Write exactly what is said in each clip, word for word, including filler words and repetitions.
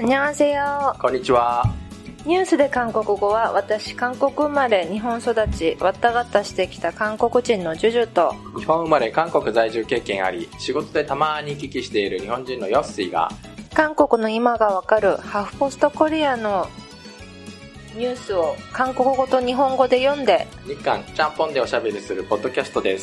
안녕하세요。 こんにちは。 ニュースで韓国語は、私韓国生まれ日本育ち、わったがったしてきた韓国人のジュジュと、 日本生まれ韓国在住経験あり、仕事でたまに行き来している日本人のヨッシーが、 韓国の今がわかるハーフポストコリアのニュースを韓国語と日本語で読んで、 日韓ちゃんぽんでおしゃべりするポッドキャストです。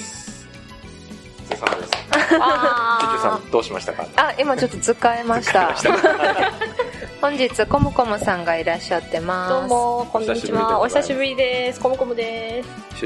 お疲れ様です。 あジュジュさんどうしましたか？ あ、今ちょっと使えました。 使えました本日コムコムさんがいらっしゃってます。 どうもこんにちは。お久しぶりです。コムコムです。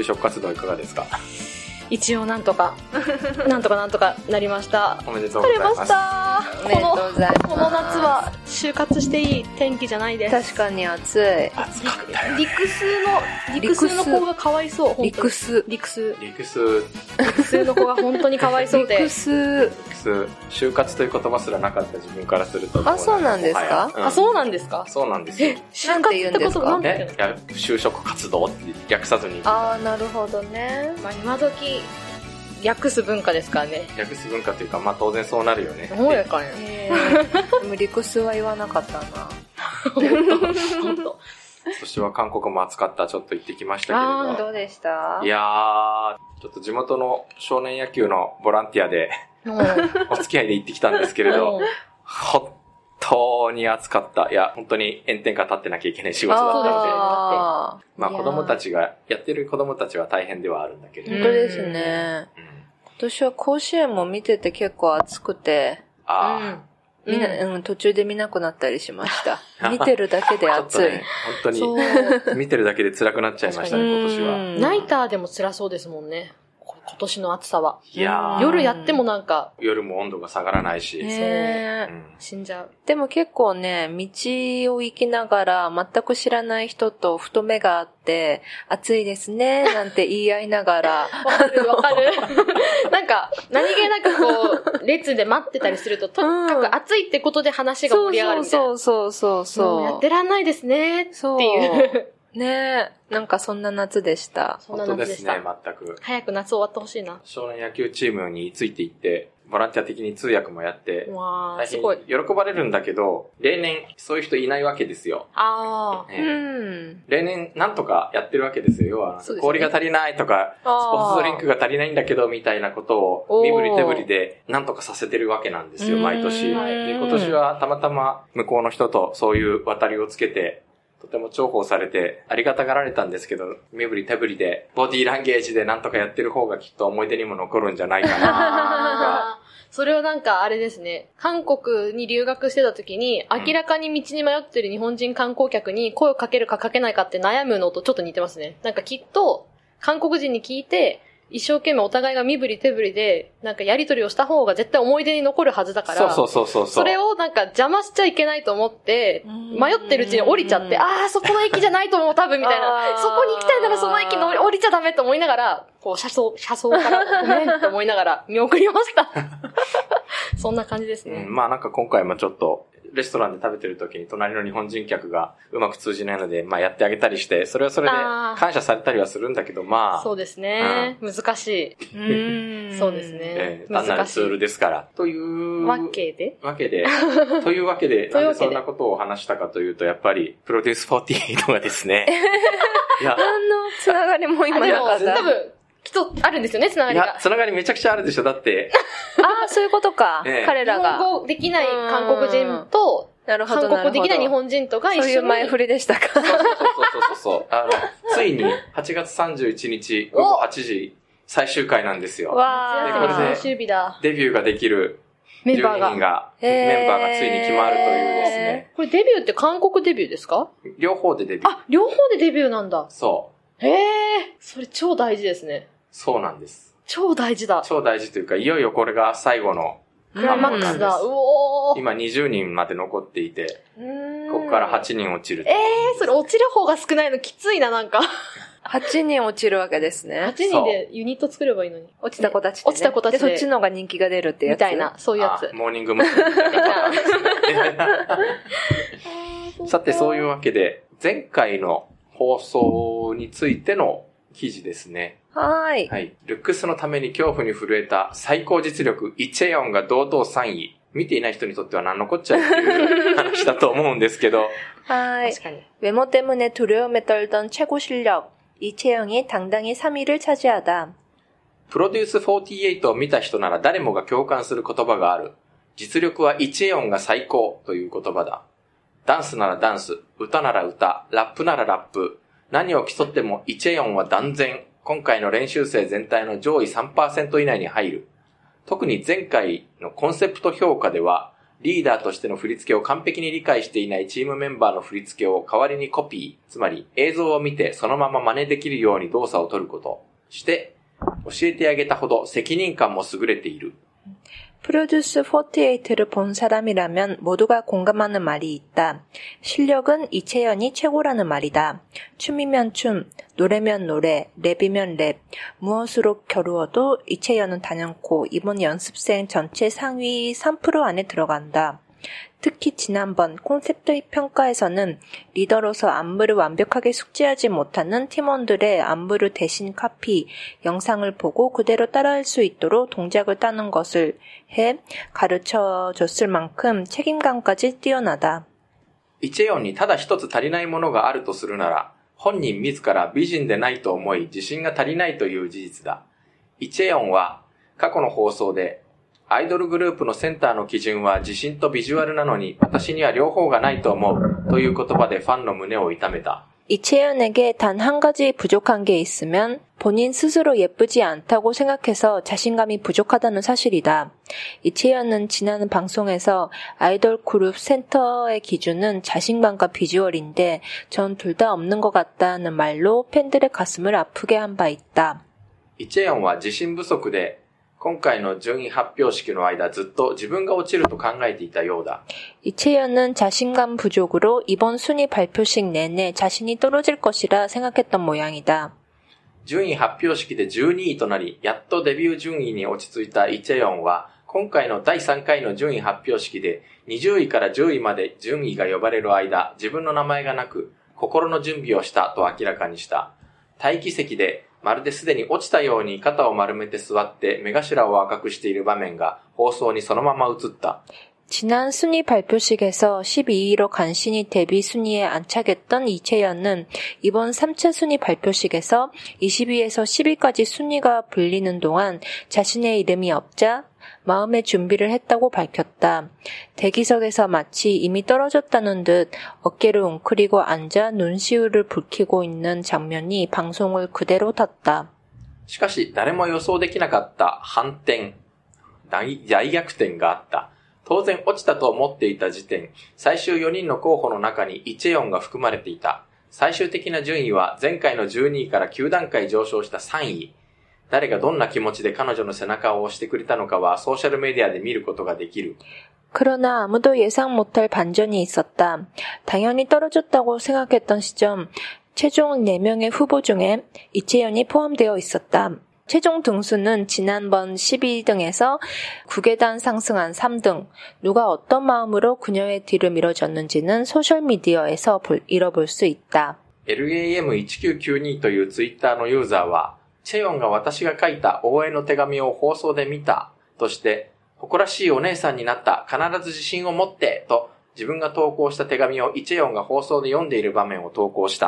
就職活動いかがですか？ 一応なんとかなんとかなんとかなりました。 おめでとうございます。 取れました。 おめでとうございます。 このこの夏は就活していい天気じゃないです。 確かに暑い。 暑かったよね。 陸数の陸数の子がかわいそう。 陸数陸数陸数陸数の子が本当にかわいそうで。 陸数陸数就活という言葉すらなかった自分からすると、 あ、そうなんですか？ うん、 あ、そうなんですか？ そうなんですよ。 なんて言うんですか？ え、いや就職活動って略さずに。 ああ、なるほどね。 まあ今時略す文化ですからね。 略す文化というか、まあ当然そうなるよね。 そうやかんや。 えー、でも陸数は言わなかったな。 本当。 今年は韓国も暑かった。ちょっと行ってきましたけれど。 どうでした？ いやー、ちょっと地元の少年野球のボランティアでお付き合いで行ってきたんですけれど、本当に暑かった。いや、本当に炎天下立ってなきゃいけない仕事だったので、 あまあ子供たちが、やってる子供たちは大変ではあるんだけれど。 本当ですね。うん、今年は甲子園も見てて結構暑くて、 あー、うん、みな、うん、途中で見なくなったりしました。見てるだけで暑い。 ね、本当に見てるだけで辛くなっちゃいましたね、今年は。 ナイターでも辛そうですもんね。今年の暑さは。 いや夜やってもなんか。 夜も温度が下がらないし。 ねそう、うん。死んじゃう。 でも結構ね、道を行きながら全く知らない人とふと目があって、暑いですね、なんて言い合いながら。 わかるわかる。なんか、何気なくこう、列で待ってたりすると、とにかく暑いってことで話が盛り上がるみたいな。 そうそうそうそうそう。 やってらんないですね、っていう。 ねえ、なんかそんな夏でした。 そんな夏でした。 本当ですね、全く。 早く夏終わってほしいな。 少年野球チームについていって、ボランティア的に通訳もやって、 わー、すごい。喜ばれるんだけど、例年そういう人いないわけですよ。 あー。 ね、 うん。 例年なんとかやってるわけですよ。要は、ね、氷が足りないとか、スポーツドリンクが足りないんだけど、みたいなことを、身振り手振りでなんとかさせてるわけなんですよ、毎年。で、今年はたまたま向こうの人とそういう渡りをつけて、とても重宝されてありがたがられたんですけど、身振り手振りでボディーランゲージでなんとかやってる方がきっと思い出にも残るんじゃないかな。 それはなんかあれですね、韓国に留学してた時に明らかに道に迷ってる日本人観光客に声をかけるかかけないかって悩むのとちょっと似てますね。なんかきっと韓国人に聞いて一生懸命お互いが身振り手振りで、なんかやりとりをした方が絶対思い出に残るはずだから。 そうそうそうそう。 それをなんか邪魔しちゃいけないと思って、迷ってるうちに降りちゃって、あー、そこの駅じゃないと思う、多分みたいな。そこに行きたいならその駅の降りちゃダメと思いながら、こう、車窓、車窓からごめんと思いながら見送りました。そんな感じですね。 うん、まあなんか今回もちょっと、レストランで食べてる時に隣の日本人客がうまく通じないので、まあやってあげたりして、それはそれで感謝されたりはするんだけど、まあ。 そうですね。うん、難しい。 うん。 そうですね。 えー、単なるツールですから。というわけでわけで。というわけで、なんでそんなことを話したかというと、やっぱり、プロデュースフォーティーエイトがですね。 いや、何のつながりも今なかった。 多分、きっとあるんですよね、つながりが。いや、 つながりめちゃくちゃあるでしょ、だって。 ああ、そういうことか。ええ、彼らが。 日本語できない韓国人と、なるほど韓国できない日本人とが一緒に。 そういう前振りでしたか。 そうそうそうそうそう。あの、ついにはちがつさんじゅういちにちごごはちじ最終回なんですよ。 わー。これで最終日だ。 デビューができるじゅうににんが、メンバーがついに決まるというですね。 これデビューって韓国デビューですか？ 両方でデビュー。 あ、両方でデビューなんだ。 そう。 へー。それ超大事ですね。 そうなんです。 超大事だ。 超大事というか、いよいよこれが最後のクライマックスだ。うおー。 今にじゅうにんまで残っていて、ここからはちにん落ちる。 えー、それ落ちる方が少ないのきついな、なんか。 はちにん落ちるわけですね。 はちにんでユニット作ればいいのに。 落ちた子たちで、ね。 落ちた子たちで。 で、そっちの方が人気が出るってやつ。 みたいな、そういうやつ。 モーニング娘。みたいな。さて、そういうわけで、前回の放送についての記事ですね。 はい。 はい。ルックスのために恐怖に震えた最高実力イチェヨンが堂々さんい。 見ていない人にとっては何のこっちゃいっていう話だと思うんですけど。 はい。외모 때문에 두려움에 떨던 최고 실력. 이채영이 당당히 삼 위를 차지하다. プロデュースフォーティーエイトを見た人なら誰もが共感する言葉がある。実力はイチェヨンが最高という言葉だ。ダンスならダンス、歌なら歌、ラップならラップ。何を競ってもイチェヨンは断然、今回の練習生全体の上位 さんパーセント 以内に入る。特に前回のコンセプト評価では、リーダーとしての振り付けを完璧に理解していないチームメンバーの振り付けを代わりにコピー、つまり映像を見てそのまま真似できるように動作を取ることして、教えてあげたほど責任感も優れている。 프로듀스 사십팔을 본 사람이라면 모두가 공감하는 말이 있다. 실력은 이채연이 최고라는 말이다. 춤이면 춤, 노래면 노래, 랩이면 랩. 무엇으로 겨루어도 이채연은 단연코 이번 연습생 전체 상위 삼 퍼센트 안에 들어간다. 특히 지난번 콘셉트 평가에서는 리더로서 안무를 완벽하게 숙지하지 못하는 팀원들의 안무를 대신 카피, 영상을 보고 그대로 따라할 수 있도록 동작을 따는 것을 해 가르쳐줬을 만큼 책임감까지 뛰어나다. イチェヨンにただ一つ足りないものがあるとするなら、本人自ら美人でないと思い自信が足りないという事実だ。イチェヨンは過去の放送でアイドルグループのセンターの基準は自信とビジュアルなのに私には両方がないと思うという言葉でファンの胸を痛めた。 이채연에게 단 한 가지 부족한 게 있으면 본인 스스로 예쁘지 않다고 생각해서 자신감이 부족하다는 사실이다. 이채연은 지난 방송에서 아이돌 그룹 센터의 기준은 자신감과 비주얼인데 전 둘 다 없는 것 같다는 말로 팬들의 가슴을 아프게 한 바 있다. 이채연は自信不足で今回の順位発表式の間ずっと自分が落ちると考えていたようだ。 이채연은 자신감 부족으로 이번 순위 발표식 내내 자신이 떨어질 것이라 생각했던 모양이다. 順位発表式でじゅうにいとなり、やっとデビュー順位に落ち着いたイチェヨンは、今回のだいさんかいの順位発表式でにじゅういからじゅういまで順位が呼ばれる間、自分の名前がなく、心の準備をしたと明らかにした。待機席でまるですでに落ちたように肩を丸めて座って目頭を赤くしている場面が放送にそのまま映った。 지난 순위 발표식에서 십이 위로 간신히 데뷔 순위에 안착했던 이채연은 이번 삼 차 순위 발표식에서 이십 위에서 십 위까지 순위가 불리는 동안 자신의 이름이 없자 마음의 준비를 했다고 밝혔다. 대기석에서 마치 이미 떨어졌다는 듯 어깨를 웅크리고 앉아 눈시울을 붉히고 있는 장면이 방송을 그대로 탔다. しかし誰も予想できなかった反転、大逆転があった。当然落ちたと思っていた時点、最終よにんの候補の中にイチェヨンが含まれていた。最終的な順位は前回のじゅうにいからきゅう段階上昇したさんい。誰がどんな気持ちで彼女の背中を押してくれたのかはソーシャルメディアで見ることができる。 그러나 아무도 예상 못할 반전이 있었다. 당연히 떨어졌다고 생각했던 시점, 최종 네 명의 후보 중에 이채연이 포함되어 있었다. 최종 등수는 지난번 십이 등에서 구 계단 상승한 삼 등. 누가 어떤 마음으로 그녀의 뒤를 밀어줬는지는 소셜미디어에서 읽어볼 수 있다. エルエーエムいちきゅうきゅうに というツイッターのユーザーは、チェヨンが私が書いた応援の手紙を放送で見たとして、誇らしいお姉さんになった、必ず自信を持ってと自分が投稿した手紙をイチェヨンが放送で読んでいる場面を投稿した。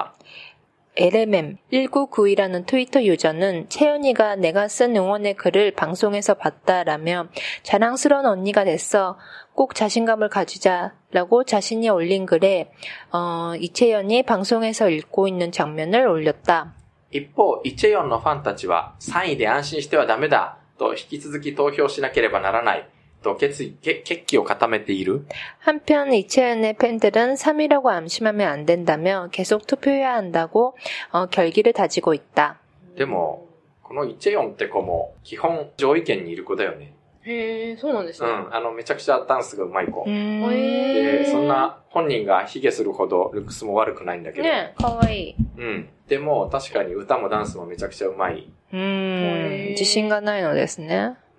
엘엠엠 일구구이라는 트위터 유저는 채연이가 내가 쓴 응원의 글을 방송에서 봤다라며 자랑스러운 언니가 됐어. 꼭 자신감을 가지자라고 자신이 올린 글에 어, 이채연이 방송에서 읽고 있는 장면을 올렸다. 一方、イチェヨンのファンたちはさんいで安心してはダメだと引き続き投票しなければならないと決意、決起を固めている。 한편 이채연의 팬들은 삼 위라고 안심하면 안 된다며 계속 투표해야 한다고 어, 결기를 다지고 있다. でも、このイチェヨンって子も基本上位圏にいる子だよね。 へー、そうなんですね。 うん、あの、めちゃくちゃダンスが上手い子。 で、 そんな本人が卑下するほどルックスも悪くないんだけど。 ね、かわいい。 うん。でも、確かに歌もダンスもめちゃくちゃ上手い。 うーん、自信がないのですね。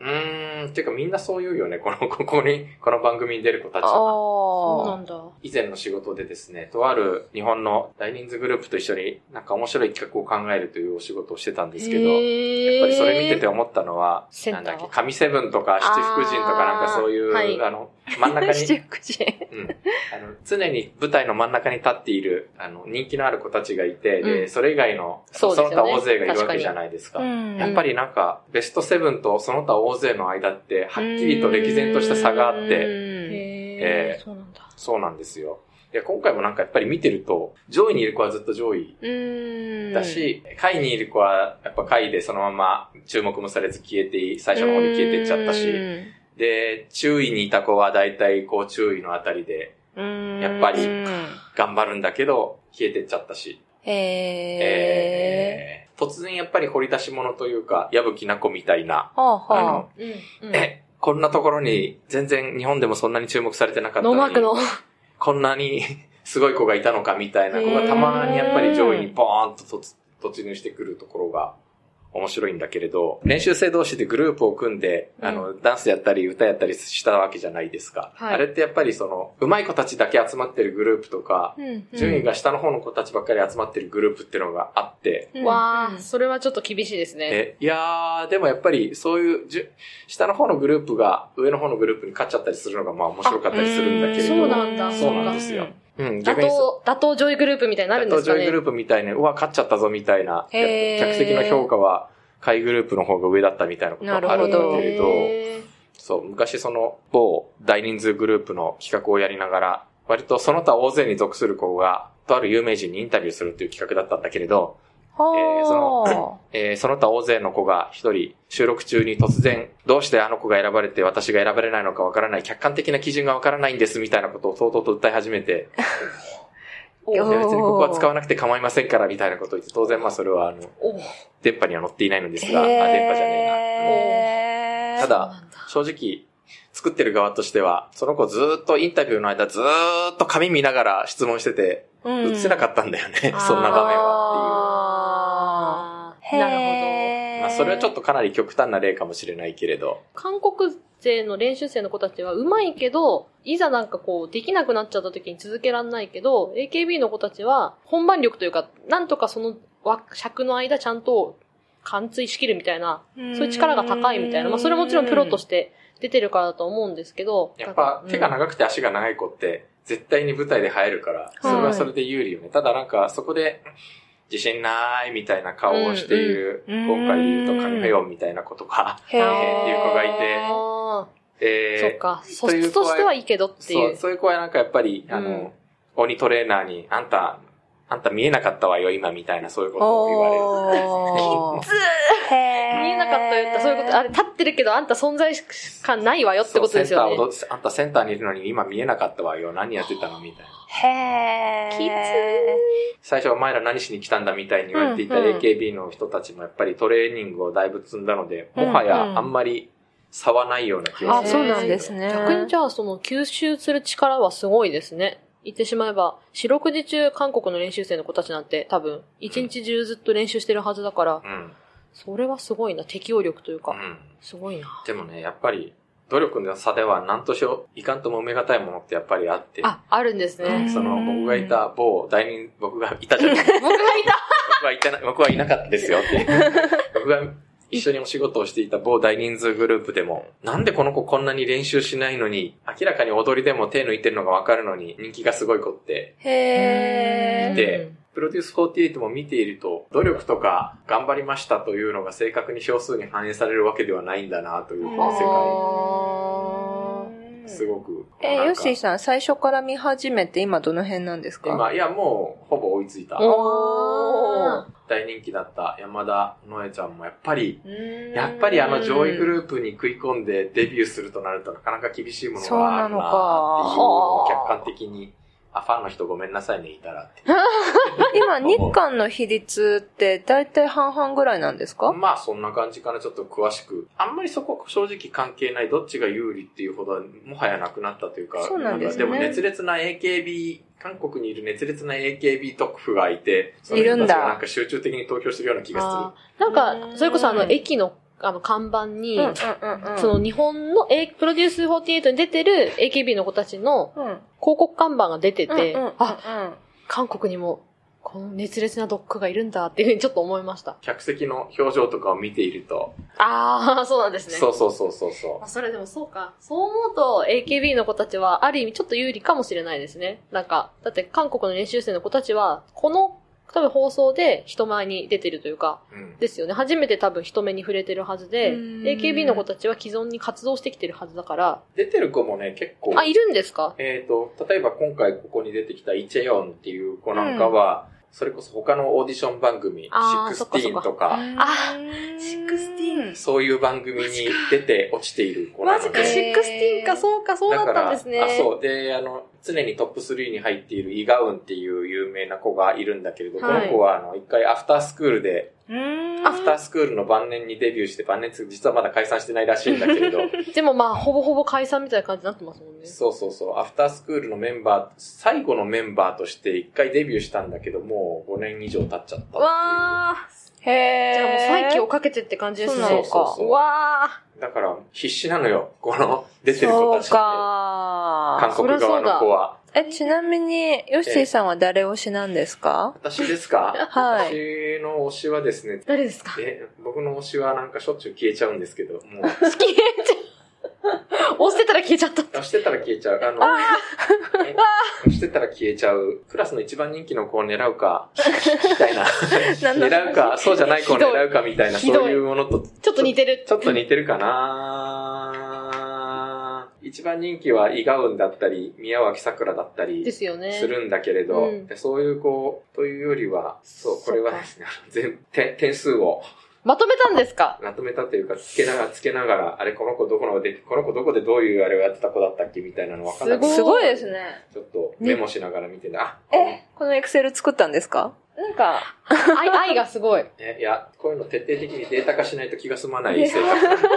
うーん、っていうかみんなそう言うよね。この、ここに、この番組に出る子たちは。 そうなんだ。 以前の仕事でですね、とある日本の大人数グループと一緒になんか面白い企画を考えるというお仕事をしてたんですけど、やっぱりそれ見てて思ったのは、なんだっけ、神セブンとか七福神とかなんかそういう、あ,、はい、あの、真ん中に、 七福神。 うん。あの、常に舞台の真ん中に立っている、あの、人気のある子たちがいて、うん、で、それ以外の、そ, その他大勢がいるわけじゃないですか。かやっぱりなんか、ベストセブンとその他大勢の間って、はっきりと歴然とした差があって、 えー、そうなんだ。 そうなんですよ。で、今回もなんかやっぱり見てると、上位にいる子はずっと上位だし、下位にいる子はやっぱ下位でそのまま注目もされず消えて、最初の方に消えていっちゃったし、で、中位にいた子はだいたいこう中位のあたりで、やっぱり頑張るんだけど、消えていっちゃったし。 へー。えー、突然やっぱり掘り出し物というか、矢吹奈子みたいな、 はあはあ、 あの、うんうん、え、こんなところに全然日本でもそんなに注目されてなかったのに、ノーマークのこんなにすごい子がいたのかみたいな子がたまにやっぱり上位にボーンと突入してくるところが面白いんだけれど、練習生同士でグループを組んで、うん、あの、ダンスやったり歌やったりしたわけじゃないですか。はい、あれってやっぱりその、上手い子たちだけ集まってるグループとか、うんうん、順位が下の方の子たちばっかり集まってるグループっていうのがあって。 うん、わー、それはちょっと厳しいですね。 え、いやー、でもやっぱりそういうじゅ、下の方のグループが上の方のグループに勝っちゃったりするのがまあ面白かったりするんだけれど。 そうなんだ。 そうなんですよ。うん、 打倒、打倒ジョイグループみたいになるんですかね。 打倒ジョイグループみたいに、うわ、勝っちゃったぞみたいな、客席の評価は、下位グループの方が上だったみたいなことがあるんだけれど、そう、昔その某大人数グループの企画をやりながら、割とその他大勢に属する子が、とある有名人にインタビューするっていう企画だったんだけれど、えー、その、えー、その他大勢の子が一人収録中に突然、どうしてあの子が選ばれて私が選ばれないのかわからない、客観的な基準がわからないんですみたいなことをとうとうと訴え始めて、別にここは使わなくて構いませんからみたいなことを言って、当然まあそれはあの、電波には載っていないのですが、あ、電波じゃねえな。ただ、正直、作ってる側としては、その子ずーっとインタビューの間ずーっと紙見ながら質問してて、映せなかったんだよね、そんな場面はっていう。 なるほど。 まあそれはちょっとかなり極端な例かもしれないけれど。 韓国勢の練習生の子たちは上手いけど、いざなんかこう、できなくなっちゃった時に続けらんないけど、エーケービー の子たちは、本番力というか、なんとかその尺の間ちゃんと貫通しきるみたいな、そういう力が高いみたいな。まあそれもちろんプロとして出てるからだと思うんですけど。 やっぱ手が長くて足が長い子って、絶対に舞台で映えるから、それはそれで有利よね。はい、ただなんかそこで、自信ないみたいな顔をしている、うんうん、今回で言うとカミヘヨンみたいな子とか、えー、っていう子がいて、 えー、そっか、素質としてはいいけどっていう。 そう、そういう子はなんかやっぱり、あの、うん、鬼トレーナーに、あんた、あんた見えなかったわよ、今みたいな、そういうことを言われる。 ずー見えなかったよって、そういうこと、あれ立ってるけどあんた存在感ないわよってことですよね。 センターを、あんたセンターにいるのに今見えなかったわよ、何やってたのみたいな。 へー。 きつー。 最初お前ら何しに来たんだみたいに言われていた エーケービー の人たちもやっぱりトレーニングをだいぶ積んだので、もはやあんまり差はないような気がする。 あ、そうなんですね。 逆にじゃあその吸収する力はすごいですね。言ってしまえば、四六時中韓国の練習生の子たちなんて多分、一日中ずっと練習してるはずだから、うん、それはすごいな、適応力というか、うん、すごいな。 でもね、やっぱり、努力の差では何としよう、いかんとも埋めがたいものってやっぱりあって。 あ、あるんですね。 その、僕がいた某大人、僕がいたじゃない僕がいた僕はいたな、僕はいなかったですよって。僕が一緒にお仕事をしていた某大人数グループでも、なんでこの子こんなに練習しないのに、明らかに踊りでも手抜いてるのがわかるのに、人気がすごい子って、 へー。 で、プロデュースフォーティーエイトも見ていると、努力とか頑張りましたというのが正確に少数に反映されるわけではないんだなという、この世界。すごく。 えー、ヨッシーさん、最初から見始めて今どの辺なんですか？ 今、いや、もう、ほぼ追いついた。おー。大人気だった山田のえちゃんも、やっぱり、やっぱりあの上位グループに食い込んでデビューするとなるとなかなか厳しいものがあるなっていうのを客観的に、あ、ファンの人ごめんなさいね、いたらって。 今、日韓の比率って大体半々ぐらいなんですか？ まあ、そんな感じかな、ちょっと詳しく。あんまりそこ正直関係ない、どっちが有利っていうほどは、もはやなくなったというか、 そうなんですね。 でも熱烈な エーケービー、韓国にいる熱烈な エーケービー トップがいて、 その人たちがなんか集中的に投票してるような気がする。 なんか、それこそあの、駅のあの、看板に、 うんうんうんうん、 その日本の、A、プロデュースフォーティエイトに出てる エーケービー の子たちの広告看板が出てて、 うんうんうんうん、 あ、韓国にもこの熱烈なドッグがいるんだっていうふうにちょっと思いました。 客席の表情とかを見ていると。 ああ、そうなんですね。 そうそうそうそうそう。 あ、それでもそうか。そう思うと エーケービー の子たちはある意味ちょっと有利かもしれないですね。なんか、だって韓国の練習生の子たちは、この多分放送で人前に出てるというか、うん、ですよね。初めて多分人目に触れてるはずで、エーケービー の子たちは既存に活動してきてるはずだから。 出てる子もね、結構。 あ、いるんですか？ えっと、例えば今回ここに出てきたイチェヨンっていう子なんかは、うん、それこそ他のオーディション番組、シックスティーンとか、 あ、シックスティーン。 そういう番組に出て落ちている子なので。 マジか、シックスティーンか、そうか、そうだったんですね。 あ、そう。で、あの、常にトップスリーに入っているイガウンっていう有名な子がいるんだけれど、はい、この子はあの、一回アフタースクールで、アフタースクールの晩年にデビューして、晩年実はまだ解散してないらしいんだけれど。 でもまあ、ほぼほぼ解散みたいな感じになってますもんね。 そうそうそう。アフタースクールのメンバー、最後のメンバーとして一回デビューしたんだけど、もうごねん以上経っちゃったっていう。 わー。へー。じゃあもう再起をかけてって感じですね。 そうそうそう。 わー。 だから必死なのよ、この出てる子たちって。 そうか。 韓国側の子は。 え、ちなみに、ヨッシーさんは誰推しなんですか？ 私ですか？ はい。 私の推しはですね。 誰ですか？ え、僕の推しはなんかしょっちゅう消えちゃうんですけど、もう。 消えちゃう。押してたら消えちゃった。 押してたら消えちゃう。あの、あ押してたら消えちゃう。クラスの一番人気の子を狙うか、みたいな。狙うか、そうじゃない子を狙うかみたいな、そういうものと。 ちょっと似てる。 ちょっと似てるかな。一番人気はイガウンだったり、宮脇桜だったりするんだけれど、 うん、 そういう子というよりは、そう、これはですね、全点、点数をまとめたんですか？ まとめたというか、つけながら、つけながら、あれ、この子どこので、この子どこでどういうあれをやってた子だったっけみたいなの分かんなくて。 すごいですね。 ちょっとメモしながら見てた。 え、このエクセル作ったんですか？なんか、 愛、愛がすごい。 え、いや、こういうの徹底的にデータ化しないと気が済まない生活なんで。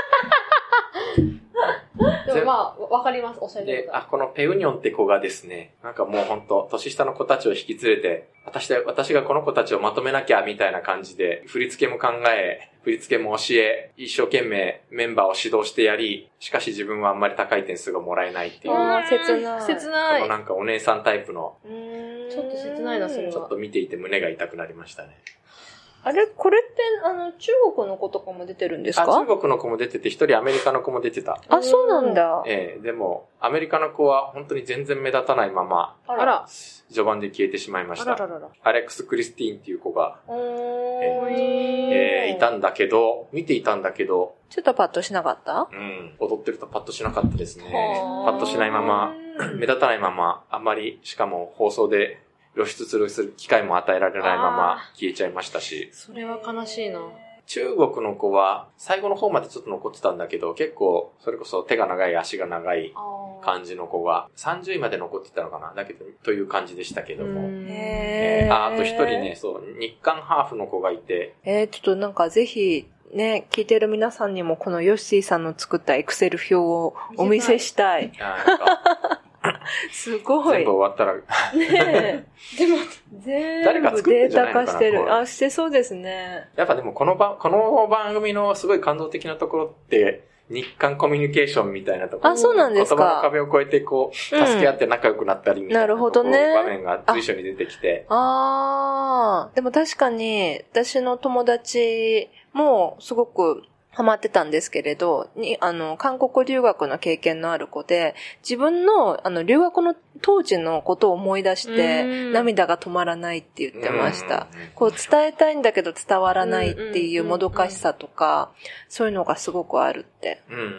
でもまあ、わかります、おっしゃるで、あ、このペウニョンって子がですね、なんかもうほんと、年下の子たちを引き連れて、私で、私がこの子たちをまとめなきゃ、みたいな感じで、振り付けも考え、振り付けも教え、一生懸命メンバーを指導してやり、しかし自分はあんまり高い点数がもらえないっていう。 あー、切ない。 切ない。 このなんかお姉さんタイプの、 ちょっと切ないな、それは。 ちょっと見ていて胸が痛くなりましたね。 あれ、これって、あの、中国の子とかも出てるんですか？ あ、中国の子も出てて、一人アメリカの子も出てた。 あ、そうなんだ。 ええー、でも、アメリカの子は本当に全然目立たないまま、 あら、 序盤で消えてしまいました。 あらららら。 アレックス・クリスティーンっていう子が、 えーえー、いたんだけど、見ていたんだけど、 ちょっとパッとしなかった？ うん、踊ってるとパッとしなかったですね。パッとしないまま、目立たないまま、あんまり、しかも放送で、露出する機会も与えられないまま消えちゃいましたし。 それは悲しいな。 中国の子は最後の方までちょっと残ってたんだけど、結構それこそ手が長い足が長い感じの子がさんじゅういまで残ってたのかな、だけどという感じでしたけども。 へー、 えー、あ、あと一人ね、そう、日韓ハーフの子がいて。 えー、ちょっとなんかぜひ、ね、聞いてる皆さんにもこのヨッシーさんの作ったエクセル表をお見せしたい。 あ、なんかすごい。 全部終わったら。 ねえ。でも、全部データ化してる。あ、してそうですね。 やっぱでもこの番、この番組のすごい感動的なところって、日韓コミュニケーションみたいなところ。 あ、そうなんですか。 言葉の壁を越えてこう、助け合って仲良くなったりみたいな、うん、なるほどね。場面が随所に出てきて。 ああ、でも確かに、私の友達もすごく、ハマってたんですけれど、に、あの、韓国留学の経験のある子で、自分の、あの、留学の当時のことを思い出して、涙が止まらないって言ってました。こう、伝えたいんだけど伝わらないっていうもどかしさとか、そういうのがすごくあるって。 うんうん、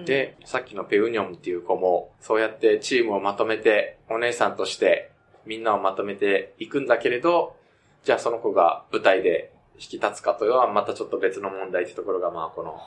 で、さっきのペウニョンっていう子も、そうやってチームをまとめて、お姉さんとして、みんなをまとめていくんだけれど、じゃあその子が舞台で、引き立つかというのはまたちょっと別の問題ってところがまあこの。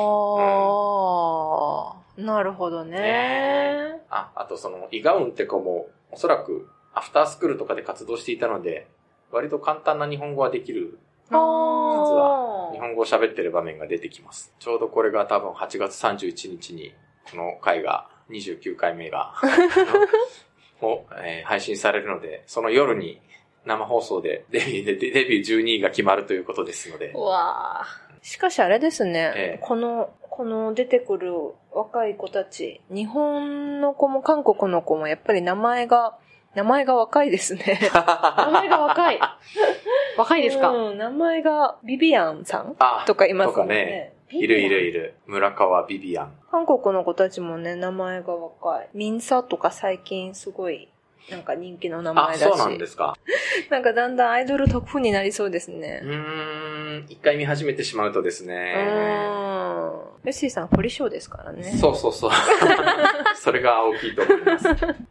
はあ、うん、なるほどね。ねあ、あとそのイガウンって子もおそらくアフタースクールとかで活動していたので、割と簡単な日本語はできる。実は日本語を喋ってる場面が出てきます。ちょうどこれが多分はちがつさんじゅういちにちにこの回がにじゅうきゅうかいめがを、えー、配信されるので、その夜に生放送でデビューでデビューじゅうにいが決まるということですので。 うわしかしあれですね、 ええ、 この、この出てくる若い子たち、日本の子も韓国の子もやっぱり名前が、名前が若いですね。 名前が若い。若いですか？ うん、名前がビビアンさんとかいますよね。 いるいるいる。村川ビビアン。 韓国の子たちもね、名前が若い。ミンサとか最近すごい、なんか人気の名前だし。 あ、そうなんですか。 なんかだんだんアイドル特風になりそうですね。 うーん、一回見始めてしまうとですね。 うーん。ヨッシーさん、凝り性ですからね。 そうそうそう。それが大きいと思います。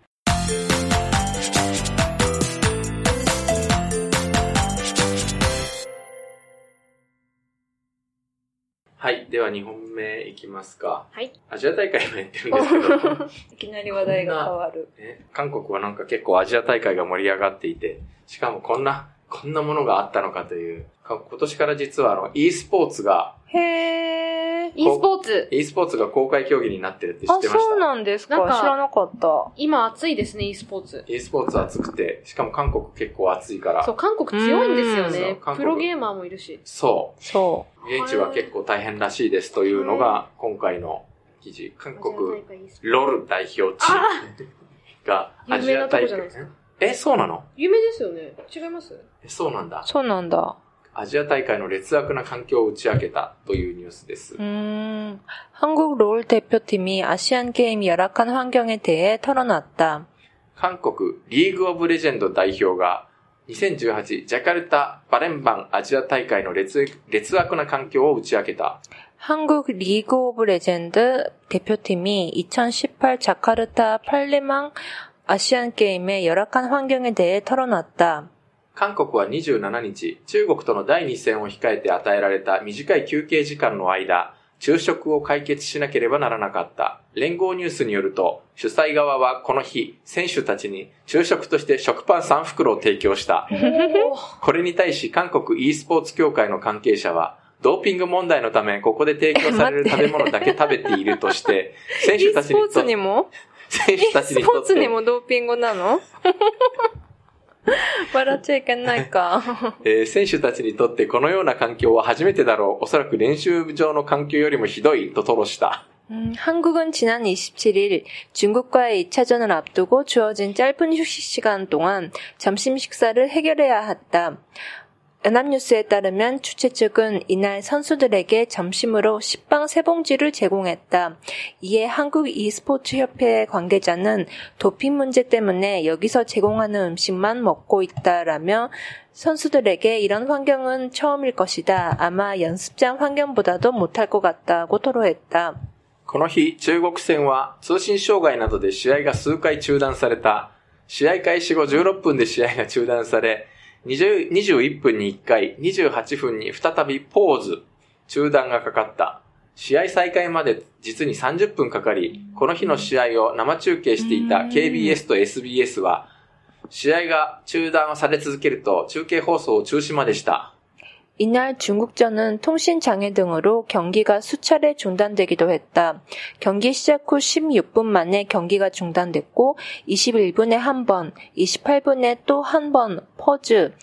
はい。ではにほんめいきますか。 はい。 アジア大会もやってるんですけど。 いきなり話題が変わる。 ね、韓国はなんか結構アジア大会が盛り上がっていて、しかもこんな、こんなものがあったのかという、今年から実はあの e スポーツが、 へー。 e スポーツ e スポーツが公開競技になってるって知ってました？ あ、そうなんですか。知らなかった。 今暑いですね、e スポーツ。 e スポーツ暑くて、しかも韓国結構暑いから。 そう、韓国強いんですよね。プロゲーマーもいるし。 そう。 そう。 現地は結構大変らしいですというのが今回の記事。韓国ロル代表チームがアジア大会。え、そうなの？ 有名ですよね。違います？ え、そうなんだ。 そうなんだ。 アジア大会の劣悪な環境を打ち明けたというニュースです。 음, 한국 롤 대표팀이 아시안 게임 열악한 환경에 대해 털어놨다. 韓国リーグオブレジェンド代表がにせんじゅうはちジャカルタバレンバンアジア大会の 劣, 劣悪な環境を打ち明けた。 한국 리그 오브 레전드 대표팀이 이천십팔 자카르타 팔레망 아시안 게임의 열악한 환경에 대해 털어놨다. 韓国はにじゅうしちにち、中国とのだいに戦を控えて与えられた短い休憩時間の間、昼食を解決しなければならなかった。連合ニュースによると、主催側はこの日、選手たちに昼食として食パンさんふくろを提供した。これに対し韓国 e スポーツ協会の関係者は、ドーピング問題のためここで提供される食べ物だけ食べているとして、選手たちにとって、 e スポーツにも選手たちにとって、 e スポーツにもドーピングなの笑っちゃいけないか、 えー。選手たちにとってこのような環境は初めてだろう。おそらく練習場の環境よりもひどいと吐露した。 음, 한국은 지난 이십칠일 중국과의 이 차전을 앞두고 주어진 짧은 휴식 시간 동안 점심 식사를 해결해야 했다. 연합뉴스에 따르면 주최 측은 이날 선수들에게 점심으로 식빵 세 봉지를 제공했다. 이에 한국 e스포츠 협회 관계자는 도핑 문제 때문에 여기서 제공하는 음식만 먹고 있다라며 선수들에게 이런 환경은 처음일 것이다. 아마 연습장 환경보다도 못할 것 같다고 토로했다. この日、中国戦は通信障害などで試合が数回中断された。試合開始後じゅうろっぷんで試合が中断され、にじゅう、にじゅういっぷんにいっかい、にじゅうはっぷんに再びポーズ、中断がかかった。試合再開まで実にさんじゅっぷんかかり、この日の試合を生中継していた ケービーエス と エスビーエス は、試合が中断され続けると中継放送を中止までした。 이날 중국전은 통신장애 등으로 경기가 수차례 중단되기도 했다. 경기 시작 후 십육 분 만에 경기가 중단됐고 이십일 분에 한 번, 이십팔 분에 또 한 번 퍼즈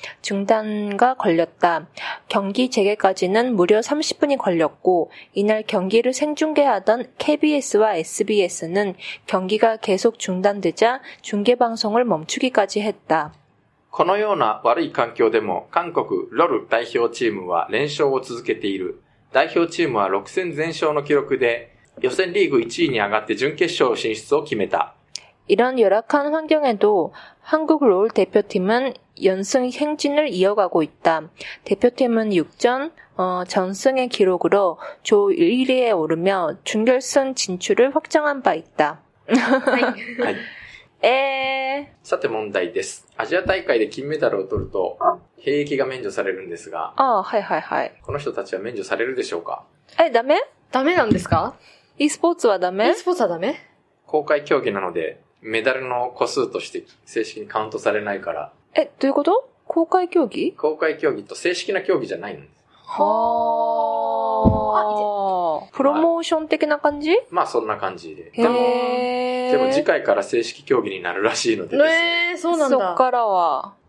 중단가 걸렸다. 경기 재개까지는 무려 삼십 분이 걸렸고 이날 경기를 생중계하던 케이비에스와 에스비에스는 경기가 계속 중단되자 중계방송을 멈추기까지 했다. このような悪い環境でも韓国ロル代表チームは連勝を続けている。代表チームはろく戦全勝の記録で予選リーグいちいに上がって準決勝進出を決めた。 이런 열악한 환경에도 한국 롤 대표팀은 연승 행진을 이어가고 있다. 대표팀은 육 전 어, 전승의 기록으로 조 일 위에 오르며 준결승 진출을 확정한 바 있다. はいえー、 さて問題です。アジア大会で金メダルを取ると兵役が免除されるんですが、 あ、はいはいはい。 この人たちは免除されるでしょうか？ え、ダメ？ ダメなんですか？ e スポーツはダメ？ e スポーツはダメ？ 公開競技なのでメダルの個数として正式にカウントされないから。 え、どういうこと？公開競技？ 公開競技と正式な競技じゃないんです。 はー。プロモーション的な感じ？ まあそんな感じで。 でも、 でも次回から正式競技になるらしいのでですね。 えー、そうなんだ。 そっからは。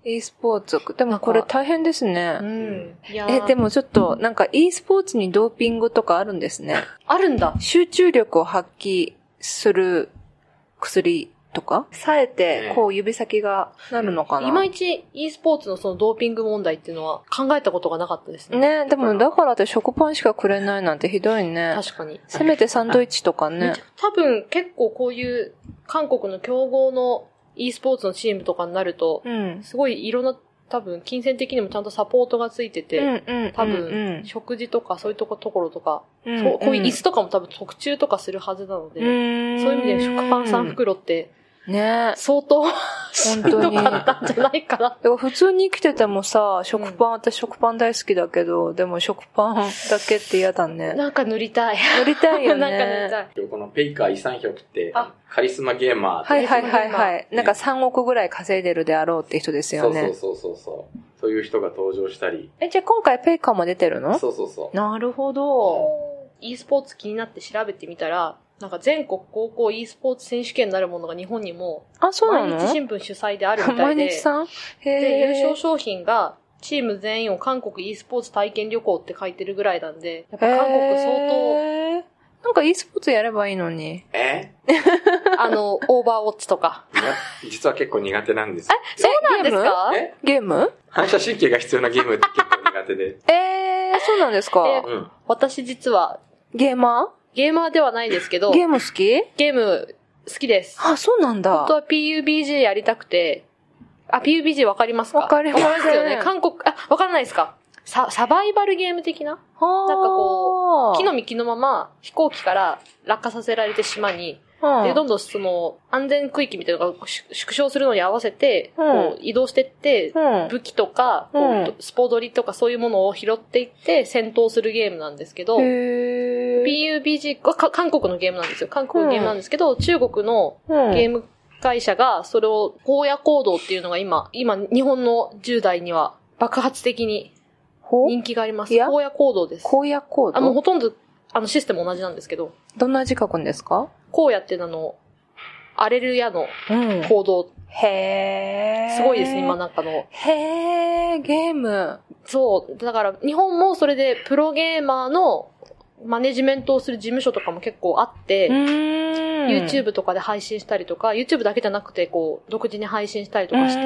e スポーツ。でもこれ大変ですね。 うん。いやえ、でもちょっと、なんか e スポーツにドーピングとかあるんですね。 あるんだ。 集中力を発揮する薬とか冴えて、こう指先がなるのかな、 いまいち e スポーツのそのドーピング問題っていうのは考えたことがなかったですね。 ね、でもだからって食パンしかくれないなんてひどいね。 確かに。 せめてサンドイッチとかね。 多分結構こういう韓国の強豪の e スポーツのチームとかになると、うん、すごいいろんな多分金銭的にもちゃんとサポートがついてて、うんうん、多分食事とかそういうとこ、ところとか、うんうん、こういう椅子とかも多分特注とかするはずなので、うん、そういう意味で食パンさん袋ってね、相当本当にかったんじゃないかな。だから普通に生きててもさ、食パン、うん、私食パン大好きだけど、でも食パンだけって嫌だね。 なんか塗りたい。 塗りたいよね。 なんか塗りたい。 このペイカーイ・サンヒョクって、カリスマゲーマー。 はいはいはいはい。なんかさんおくぐらい稼いでるであろうって人ですよね。 そうそうそうそう。そういう人が登場したり。 え、じゃあ今回ペイカーも出てるの？ そうそうそう。 なるほど。 e スポーツ気になって調べてみたら、なんか全国高校 e スポーツ選手権になるものが日本にも、 あ、そうなの？ 毎日新聞主催であるみたいで、 毎日さん？ へー。で、優勝商品が、チーム全員を韓国 e スポーツ体験旅行って書いてるぐらいなんで、やっぱ韓国相当、 なんか e スポーツやればいいのに。 えあの、オーバーウォッチとか。 実は結構苦手なんです。 え、そうなんですか？ えゲーム？ 反射神経が必要なゲームって結構苦手で。 えー、そうなんですか？ えーうん、私実は、 ゲーマー？ ゲーマーではないですけど。 ゲーム好き？ ゲーム好きです。 あ、そうなんだ。 本当は ピーユービージー やりたくて。あ、ピーユービージー わかりますか？ わかります。 わかりますよね。韓国、あ、わからないですか？サ、サバイバルゲーム的な？なんかこう、木の実木のまま飛行機から落下させられて島に、うん、で、どんどんその、安全区域みたいなのが縮小するのに合わせて、うん、こう移動していって、うん、武器とか、こう、うん、スポドリとかそういうものを拾っていって戦闘するゲームなんですけど、ピーユービージー は韓国のゲームなんですよ。韓国のゲームなんですけど、うん、中国のゲーム会社がそれを、荒野行動っていうのが今、今、日本のじゅう代には爆発的に人気があります。荒野行動です。 荒野行動？ あ、もうほとんど、あの、システム同じなんですけど。 どんな字書くんですか？ 荒野っていうの、荒れる野の行動。うん、 へー。 すごいですね、今なんかの。 へー、ゲーム。 そう。だから、日本もそれでプロゲーマーのマネジメントをする事務所とかも結構あって、YouTube とかで配信したりとか、YouTube だけじゃなくて、こう、独自に配信したりとかして、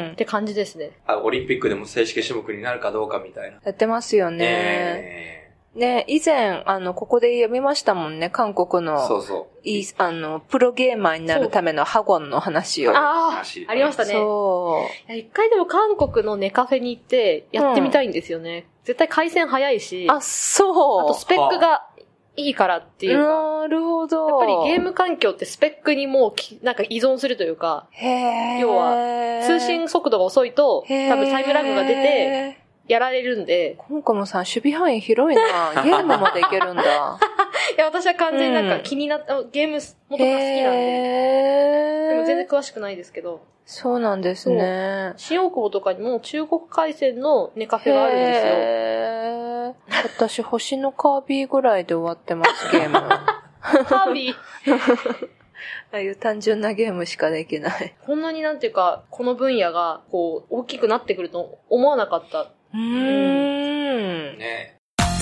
って感じですね。 あ、オリンピックでも正式種目になるかどうかみたいな。 やってますよね。えーね、以前、あの、ここで読みましたもんね、韓国の。 そうそう。 いい、あの、プロゲーマーになるためのハゴンの話を。 ああ、ありましたね。 そう。 一回でも韓国のネカフェに行って、やってみたいんですよね。うん、絶対回線早いし。 あ、そう。 あとスペックがいいからっていうか。 なるほど。 やっぱりゲーム環境ってスペックにもうき、なんか依存するというか。 へー。 要は、通信速度が遅いと、多分タイムラグが出て、やられるんで。 コンコムさん、守備範囲広いな。ゲームまでいけるんだ。 いや、私は完全になんか気になった、うん、ゲーム元が好きなんで。でも全然詳しくないですけど。 そうなんですね。 新大久保とかにも中国回線のネカフェがあるんですよ。 へー。私、星のカービィぐらいで終わってます、ゲーム。 カービィああいう単純なゲームしかできない。 こんなになんていうか、この分野が、こう、大きくなってくると思わなかった。 うーん。 ね。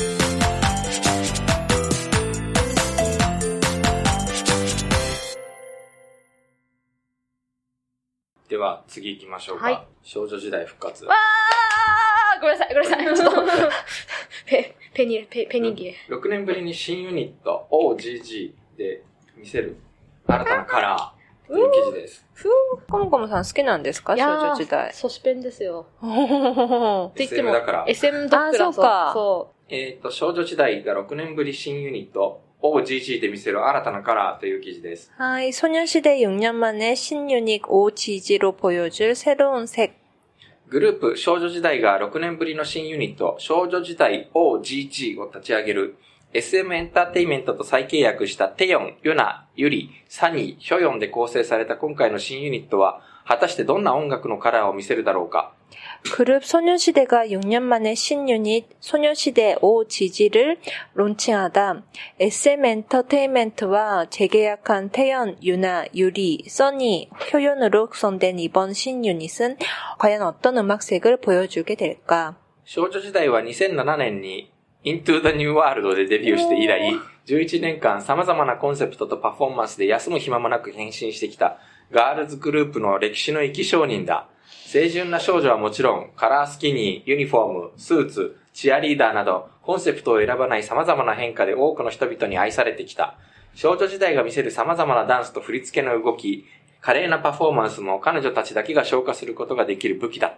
では、次行きましょうか。はい、少女時代復活。 わーごめんなさい、ごめんなさい。ちょっと、ペ、ペニ、ペ、ペニギレ。 ろくねんぶりに新ユニット オージージー で見せる新たなカラー。という記事です。 ふぅコムコムさん好きなんですか？少女時代。 ソシペンですよ。って言ってもエスエム だから。 エスエム だから。 そうか。 そう。 えっと、少女時代がろくねんぶり新ユニット オージージー で見せる新たなカラーという記事です。 はい。소년시대 육 년 만에 신유닛オージージー로 보여줄 새로운 색。 グループ少女時代がろくねんぶりの新ユニット少女時代 オージージー を立ち上げる。エスエム エンターテイメントと再契約したテヨン、ヨナ、ユリ、サニー、ヒョヨンで構成された今回の新ユニットは、 果たしてどんな音楽のカラーを見せるだろうか。 그룹 소녀시대가 육 년 만에 신유닛 소녀시대 오지지를 론칭하다. 에스엠 엔터테인먼트와 재계약한 태연, 유나, 유리, 써니, 효연으로 구성된 이번 신유닛은 과연 어떤 음악색을 보여주게 될까? 少女時代はにせんななねんに Into the New World でデビューして以来、じゅういちねんかん様々なコンセプトとパフォーマンスで休む暇もなく変身してきたガールズグループの歴史の生き証人だ。清純な少女はもちろん、カラースキニー、ユニフォーム、スーツ、チアリーダーなど、コンセプトを選ばない様々な変化で多くの人々に愛されてきた。少女時代が見せる様々なダンスと振り付けの動き、華麗なパフォーマンスも彼女たちだけが消化することができる武器だった。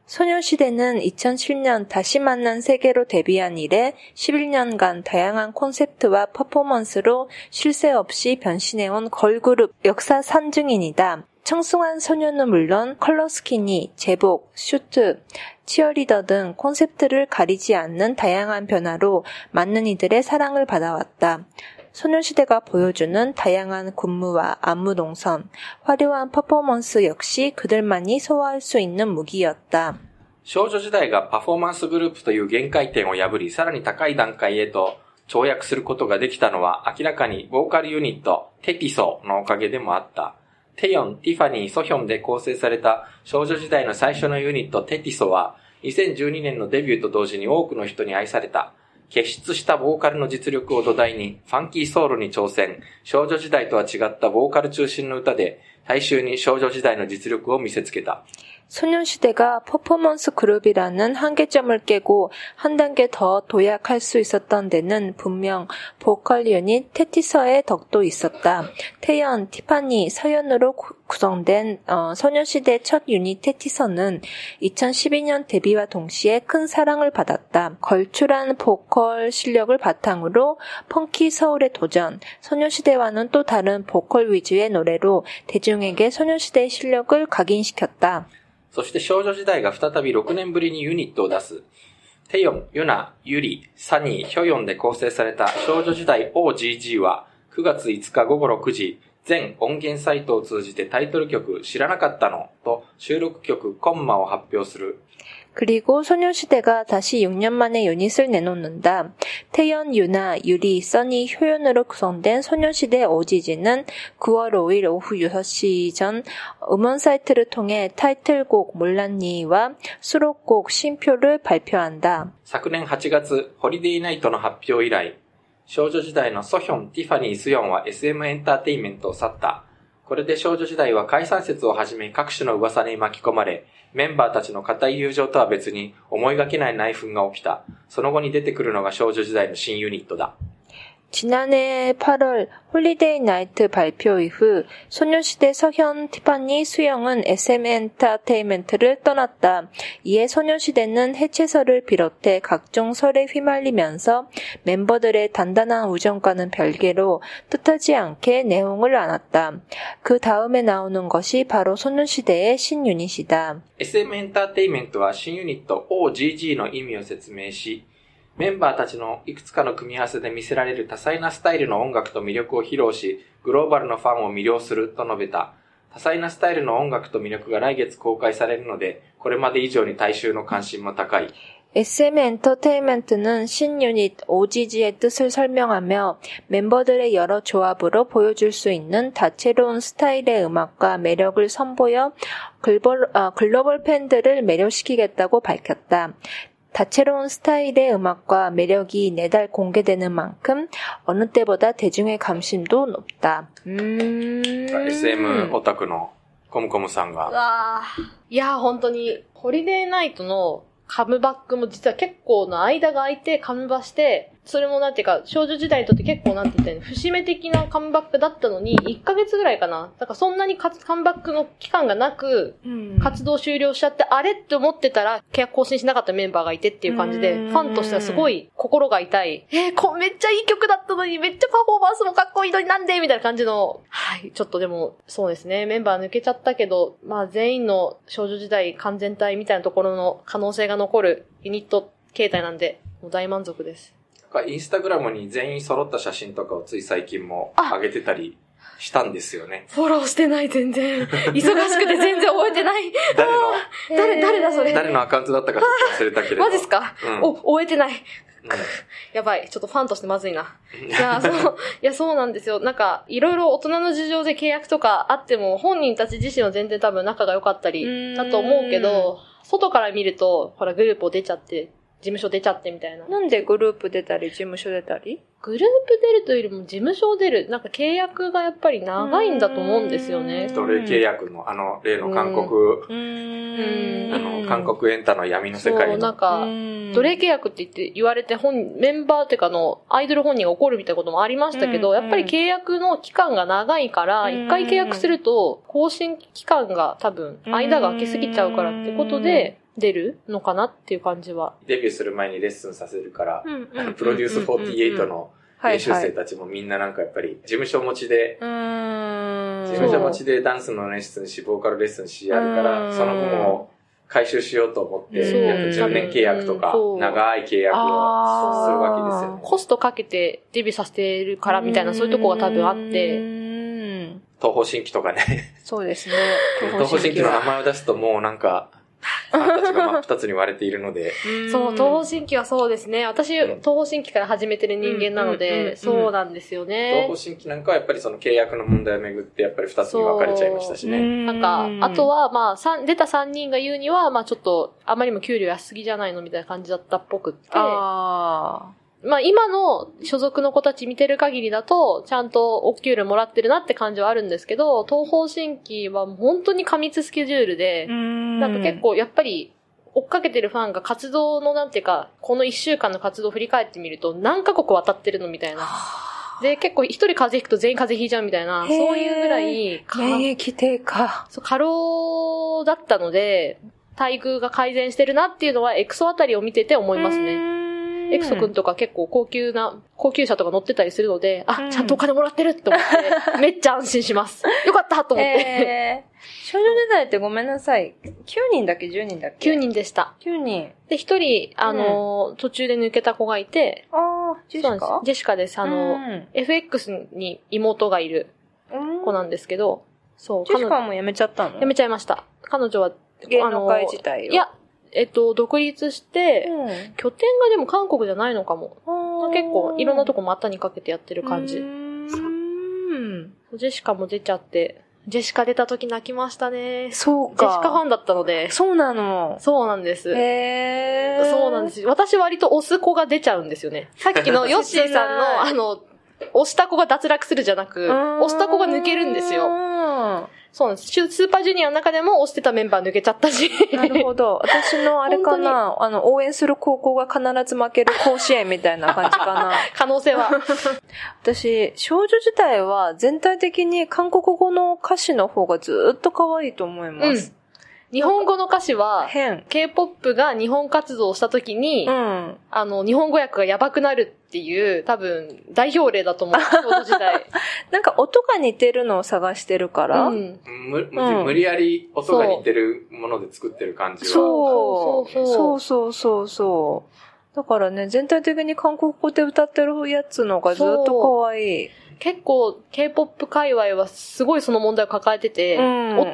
소녀시대는 이천칠 년 다시 만난 세계로 데뷔한 이래 십일 년간 다양한 콘셉트와 퍼포먼스로 쉴 새 없이 변신해온 걸그룹 역사 산증인이다. 청순한 소녀는 물론 컬러 스키니, 제복, 슈트, 치어리더 등 콘셉트를 가리지 않는 다양한 변화로 많은 이들의 사랑을 받아왔다. 소녀시대가 보여주는 다양한 군무와 안무 동선, 화려한 퍼포먼스 역시 그들만이 소화할 수 있는 무기였다. 少女時代がパフォーマンスグループという限界点を破り、さらに高い段階へと跳躍することができたのは明らかにボーカルユニットテティソのおかげでもあった。テヨン、ティファニー、ソヒョンで構成された少女時代の最初のユニットテティソはにせんじゅうにねんのデビューと同時に多くの人に愛された。傑出したボーカルの実力を土台にファンキーソウルに挑戦。少女時代とは違ったボーカル中心の歌で大衆に少女時代の実力を見せつけた。 소녀시대가 퍼포먼스 그룹이라는 한계점을 깨고 한 단계 더 도약할 수 있었던 데는 분명 보컬 유닛 테티서의 덕도 있었다. 태연, 티파니, 서연으로 구성된 어, 소녀시대 첫 유닛 테티서는 이천십이 년 데뷔와 동시에 큰 사랑을 받았다. 걸출한 보컬 실력을 바탕으로 펑키 서울의 도전, 소녀시대와는 또 다른 보컬 위주의 노래로 대중에게 소녀시대의 실력을 각인시켰다. そして少女時代が再びろくねんぶりにユニットを出す。テヨン、ユナ、ユリ、サニー、ヒョヨンで構成された少女時代 オージージー はくがついつかごごろくじ、全音源サイトを通じてタイトル曲知らなかったのと収録曲コンマを発表する。 그리고 소녀시대가 다시 육 년 만에 유닛을 내놓는다. 태연, 유나, 유리, 써니, 효연으로 구성된 소녀시대 오지지는 구월 오일 오후 여섯 시 전 음원 사이트를 통해 타이틀곡 몰랐니와 수록곡 신표를 발표한다. 昨年はちがつ、ホリデーナイトの発表以来、少女時代のソヒョン、ティファニー、スヨンは エスエム エンターテインメントを去った。これで少女時代は解散説をはじめ各種の噂に巻き込まれ、メンバーたちの固い友情とは別に思いがけない内紛が起きた。その後に出てくるのが少女時代の新ユニットだ。 지난해 팔월 홀리데이 나이트 발표 이후 소녀시대 서현, 티파니, 수영은 에스엠 엔터테인먼트를 떠났다. 이에 소녀시대는 해체설을 비롯해 각종 설에 휘말리면서 멤버들의 단단한 우정과는 별개로 뜻하지 않게 내홍을 안았다. 그 다음에 나오는 것이 바로 소녀시대의 신유닛이다. エスエム エンターテインメントは新ユニット オージージー の意味を説明し、メンバーたちのいくつかの組み合わせで見せられる多彩なスタイルの音楽と魅力を披露し、グローバルのファンを魅了すると述べた。多彩なスタイルの音楽と魅力が来月公開されるので、これまで以上に大衆の関心も高い。 에스엠 엔터테인먼트는 신유닛 오지지의 뜻을 설명하며 멤버들의 여러 조합으로 보여줄 수 있는 다채로운 스타일의 음악과 매력을 선보여 글로벌, 어, 글로벌 팬들을 매료시키겠다고 밝혔다. 다채로운 스타일의 음악과 매력이 내달 공개되는 만큼 어느 때보다 대중의 관심도 높다. 음... エスエム オタクのコムコムさんが。 うわー。いやー、本当に、ホリデーナイトのカムバックも実は結構の間が空いてカムバして、それもなんていうか、少女時代にとって結構なんて言ったらいいの、節目的なカムバックだったのに、いっかげつぐらいかな。だからそんなにカムバックの期間がなく、活動終了しちゃって、あれって思ってたら、契約更新しなかったメンバーがいてっていう感じで、ファンとしてはすごい心が痛い。えー、こめっちゃいい曲だったのに、めっちゃパフォーマンスもかっこいいのになんでみたいな感じの、はい、ちょっとでも、そうですね、メンバー抜けちゃったけど、まあ全員の少女時代完全体みたいなところの可能性が残るユニット形態なんで、もう大満足です。 インスタグラムに全員揃った写真とかをつい最近も上げてたりしたんですよね。 フォローしてない、全然。忙しくて全然覚えてない。 誰の誰、誰だそれ。 誰のアカウントだったかちょっと忘れたけれど。 マジっすか、うん、お、覚えてない。 うん、 やばい。ちょっとファンとしてまずいな。いや、そう、いや、そうなんですよ。なんか、いろいろ大人の事情で契約とかあっても、本人たち自身は全然多分仲が良かったりだと思うけど、外から見ると、ほら、グループを出ちゃって、事務所出ちゃってみたいな。 なんでグループ出たり、事務所出たり？ グループ出るというよりも事務所出る。なんか契約がやっぱり長いんだと思うんですよね。 奴隷契約の、あの、例の韓国、うんあの、韓国エンタの闇の世界の。 そう、なんか、奴隷契約って言って言われて本、メンバーっていうかの、アイドル本人が怒るみたいなこともありましたけど、やっぱり契約の期間が長いから、一回契約すると、更新期間が多分、間が空きすぎちゃうからってことで、出るのかなっていう感じは。 デビューする前にレッスンさせるから、あのプロデュースフォーティーエイトの練習生たちもみんななんかやっぱり事務所持ちで、事務所持ちでダンスのレッスンし、ボーカルレッスンしやるから、その分を回収しようと思って、約じゅうねん契約とか、長い契約をするわけですよね。 コストかけてデビューさせてるからみたいなそういうとこが多分あって、 東方神起とかね。 そうですね。 東方神起の名前を出すともうなんか、ファンたちが真っ二つに割れているので。 そう、東方神起はそうですね。私、東方神起から始めてる人間なので、そうなんですよね。 東方神起なんかはやっぱりその契約の問題をめぐってやっぱり二つに分かれちゃいましたしね。 なんか、あとは、まあ、出た三人が言うには、まあちょっと、あまりにも給料安すぎじゃないのみたいな感じだったっぽくって。あまあ今の所属の子たち見てる限りだと、ちゃんとお給料もらってるなって感じはあるんですけど、東方神起は本当に過密スケジュールで、んなんか結構やっぱり追っかけてるファンが活動のなんていうか、この一週間の活動を振り返ってみると何カ国渡ってるのみたいな。で、結構一人風邪ひくと全員風邪ひいちゃうみたいな、そういうぐらい、 免疫低下。 そう、過労だったので、待遇が改善してるなっていうのはエクソあたりを見てて思いますね。エクソくんとか結構高級な、高級車とか乗ってたりするので、あ、うん、ちゃんとお金もらってるって思って、めっちゃ安心します。よかったと思って。 えー、少女時代ってごめんなさい。きゅうにんだっけ ?じゅうにんだっけ ? きゅうにんでした。 きゅうにん。 で、ひとり、あの、うん、途中で抜けた子がいて、 ああ、ジェシカジェシカです。あの、うん、エフエックス に妹がいる子なんですけど、 そう。ジェシカも辞めちゃったの？ 辞めちゃいました。彼女は、 芸能界自体を。 いや、えっと、独立して、うん、拠点がでも韓国じゃないのかも。結構いろんなとこ股にかけてやってる感じ。うんジェシカも出ちゃって、ジェシカ出た時泣きましたね。 そうか。 ジェシカファンだったので。 そうなの。 そうなんです。 へー。 そうなんです。私割と推す子が出ちゃうんですよね。さっきのヨッシーさんの、あの、推した子が脱落するじゃなく、推した子が抜けるんですよ。そうなんです。スーパージュニアの中でも推してたメンバー抜けちゃったし。 なるほど。私のあれかな、あの、応援する高校が必ず負ける甲子園みたいな感じかな。 可能性は。 私、少女時代は全体的に韓国語の歌詞の方がずっと可愛いと思います。うん日本語の歌詞は、K-ポップ が日本活動をした時に、うん、あの、日本語訳がやばくなるっていう、多分、代表例だと思う、少女時代。 なんか音が似てるのを探してるから、うん無無理やり音が似てるもので作ってる感じは。 そうそうそうそうそうそう。だからね、全体的に韓国語で歌ってるやつのがずっと可愛い。 結構 K-ポップ 界隈はすごいその問題を抱えてて、うん、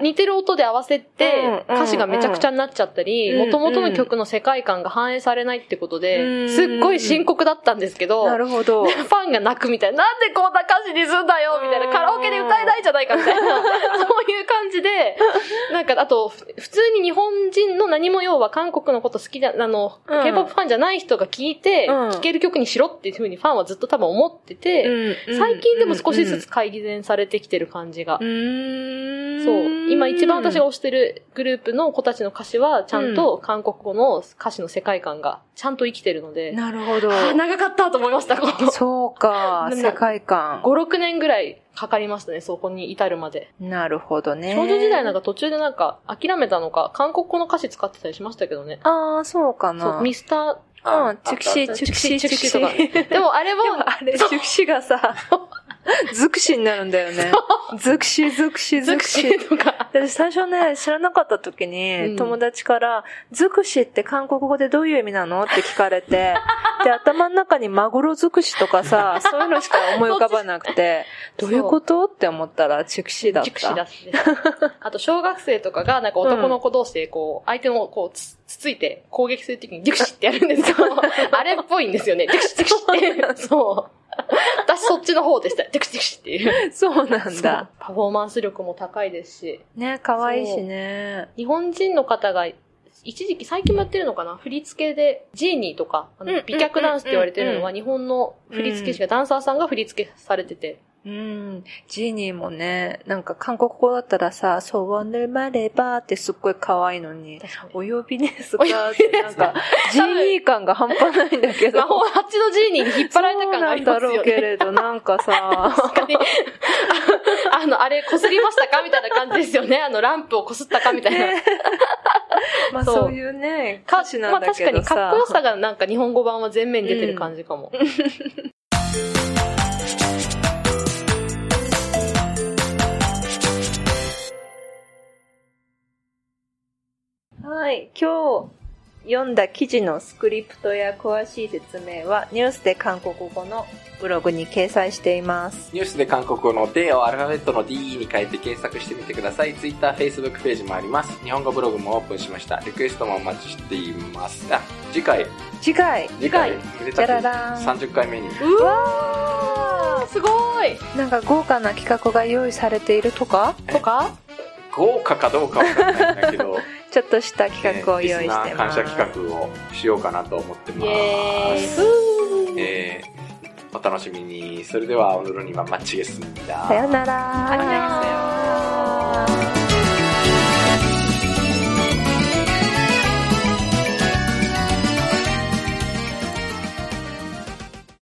似てる音で合わせて歌詞がめちゃくちゃになっちゃったり、元々の曲の世界観が反映されないってことで、すっごい深刻だったんですけど、 なるほど。 ファンが泣くみたいな、なんでこんな歌詞にすんだよみたいな、カラオケで歌えないじゃないかみたいな、そういう感じで、なんかあと、普通に日本人の何も要は韓国のこと好きじゃ、あの、うん、K-ポップ ファンじゃない人が聴いて、聴、うん、ける曲にしろっていう風にファンはずっと多分思ってて、うん、最近でも少しずつ改善されてきてる感じが。うーんそう。今一番私が推してるグループの子たちの歌詞は、ちゃんと韓国語の歌詞の世界観がちゃんと生きてるので。 なるほど。 長かったと思いました。 そうか、世界観。 ご、ろくねんぐらいかかりましたね、そこに至るまで。 なるほどね。 少女時代なんか途中でなんか諦めたのか、韓国語の歌詞使ってたりしましたけどね。 ああ、そうかな。 そう、ミスター、 うん、チュクシー、チュクシー、チュクシー。 でもあれも、 あれ、チュクシーがさ、 尽くしになるんだよね。尽くし、尽くし、尽くし。 とか。 私最初ね、知らなかった時に、うん、友達から、尽くしって韓国語でどういう意味なのって聞かれて、で、頭の中にマグロ尽くしとかさ、そういうのしか思い浮かばなくて、どういうことって思ったら、チクシだった。チクシだって。 あと、小学生とかが、なんか男の子同士で、こう、相手のこう、つ、つついて攻撃するときに、デュクシってやるんですけど、あれっぽいんですよね。デュクシデュクシって。そう。私そっちの方でした。デュクシデュクシっていう。 そうなんだ。 パフォーマンス力も高いですし。 ね、可愛いしね。 日本人の方が、一時期、最近もやってるのかな振り付けで、ジーニーとか、あの、美脚ダンスって言われてるのは、日本の振り付け師が、ダンサーさんが振り付けされてて。 うん。ジーニーもね、なんか韓国語だったらさ、ソワンルマレバーってすっごい可愛いのに、お呼びですかってなんか、ジーニー感が半端ないんだけど。 魔法ハチのジーニーに引っ張られた感がありますよね。そうなんだろうけれど、なんかさ、 確かに。あの、あれ、擦りましたかみたいな感じですよね。あの、ランプを擦ったかみたいな。ね、 まあそういうね、歌詞なんだけどさ。 まあ確かにかっこよさがなんか日本語版は前面に出てる感じかも。うんはい。今日読んだ記事のスクリプトや詳しい説明はニュースで韓国語のブログに掲載しています。 ニュースで韓国語の D をアルファベットの D に変えて検索してみてください。Twitter、Facebook ページもあります。日本語ブログもオープンしました。リクエストもお待ちしています。あ、次回。 次回。 次回。 じゃららん。 さんじゅっかいめに。 うわーすごい。 なんか豪華な企画が用意されているとかとか豪華かどうかわかんないんだけどちょっとした企画を用意してます、ね、 リスナー感謝企画をしようかなと思ってます。 イエーイ、 えー、お楽しみに。それでは오늘은 이만 마치겠습니다。 さよなら。 안녕히 계세요。